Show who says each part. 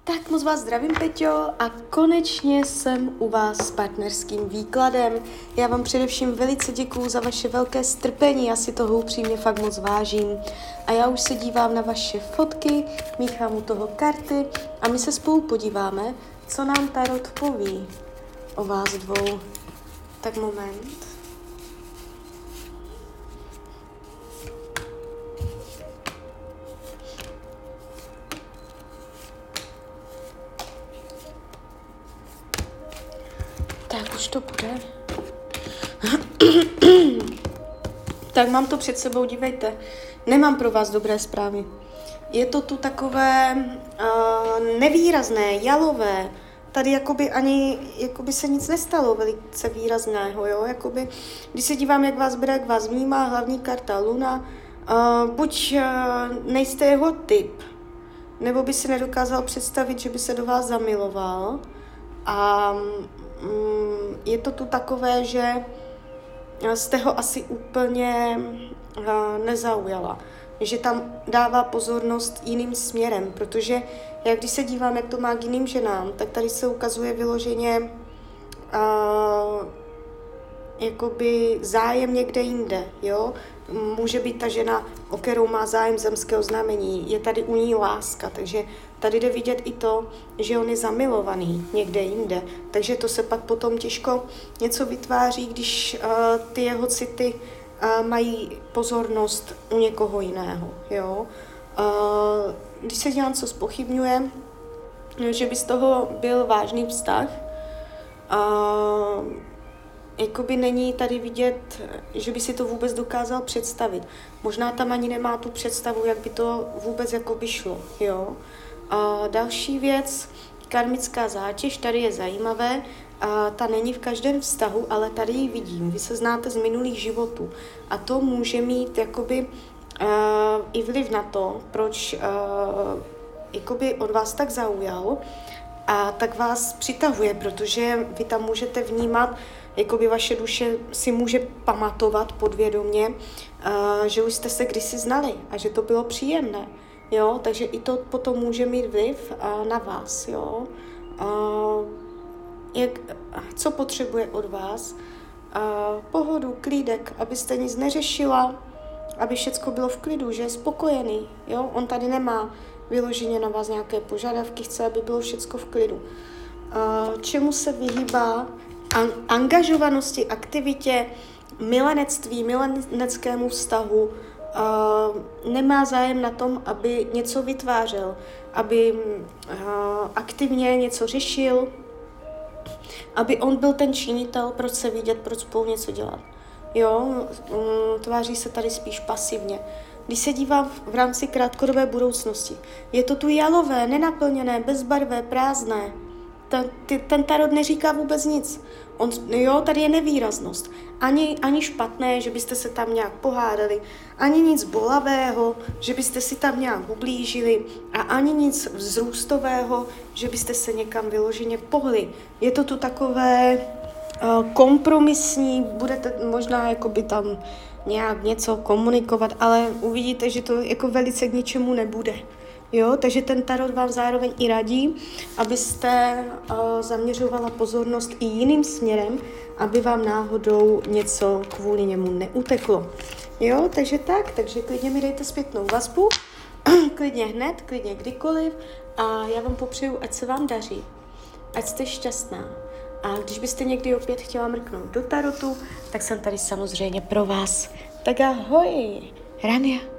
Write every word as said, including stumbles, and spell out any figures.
Speaker 1: Tak moc vás zdravím, Peťo, a konečně jsem u vás s partnerským výkladem. Já vám především velice děkuju za vaše velké strpení, já si toho upřímně fakt moc vážím. A já už se dívám na vaše fotky, míchám u toho karty a my se spolu podíváme, co nám tarot poví o vás dvou. Tak moment. Tak už to bude. Tak mám to před sebou, dívejte. Nemám pro vás dobré zprávy. Je to tu takové uh, nevýrazné, jalové. Tady jakoby ani jakoby se nic nestalo velice výrazného, jo? Jakoby, když se dívám, jak vás bere, jak vás vnímá, hlavní karta Luna, uh, buď uh, nejste jeho typ, nebo by si nedokázal představit, že by se do vás zamiloval. A um, je to tu takové, že jste ho asi úplně uh, nezaujala. Že tam dává pozornost jiným směrem, protože já když se dívám, jak to má k jiným ženám, tak tady se ukazuje vyloženě uh, jakoby zájem někde jinde, jo. Může být ta žena, o kterou má zájem zemského znamení, je tady u ní láska, takže tady jde vidět i to, že on je zamilovaný někde jinde, takže to se pak potom těžko něco vytváří, když uh, ty jeho city uh, mají pozornost u někoho jiného, jo. Uh, když se dělám, co zpochybňuje, že by z toho byl vážný vztah, uh, jakoby není tady vidět, že by si to vůbec dokázal představit. Možná tam ani nemá tu představu, jak by to vůbec jakoby šlo, jo. A další věc, karmická zátěž, tady je zajímavé, a ta není v každém vztahu, ale tady ji vidím. Vy se znáte z minulých životů a to může mít jakoby uh, i vliv na to, proč uh, jakoby od vás tak zaujal a tak vás přitahuje, protože vy tam můžete vnímat, jakoby vaše duše si může pamatovat podvědomě, uh, že už jste se kdysi znali a že to bylo příjemné, jo, takže i to potom může mít vliv uh, na vás, jo. Uh, jak, co potřebuje od vás? Uh, pohodu, klídek, abyste nic neřešila, aby všecko bylo v klidu, že je spokojený, jo, on tady nemá vyloženě na vás nějaké požadavky, chce, aby bylo všecko v klidu. Uh, čemu se vyhýbá? An- angažovanosti, aktivitě, milenectví, mileneckému vztahu, uh, nemá zájem na tom, aby něco vytvářel, aby uh, aktivně něco řešil, aby on byl ten činitel, proč se vidět, proč spolu něco dělat. Jo, um, tváří se tady spíš pasivně. Když se dívám v rámci krátkodobé budoucnosti, je to tu jalové, nenaplněné, bezbarvé, prázdné. Ten, ten tarot neříká vůbec nic. On, jo, tady je nevýraznost. Ani, ani špatné, že byste se tam nějak pohádali, ani nic bolavého, že byste si tam nějak ublížili a ani nic vzrůstového, že byste se někam vyloženě pohli. Je to tu takové uh, kompromisní, budete možná jakoby tam nějak něco komunikovat, ale uvidíte, že to jako velice k ničemu nebude. Jo, takže ten tarot vám zároveň i radí, abyste uh, zaměřovala pozornost i jiným směrem, aby vám náhodou něco kvůli němu neuteklo. Jo, takže tak, takže klidně mi dejte zpětnou vazbu, klidně hned, klidně kdykoliv a já vám popřeju, ať se vám daří, ať jste šťastná. A když byste někdy opět chtěla mrknout do tarotu, tak jsem tady samozřejmě pro vás. Tak ahoj, Rania.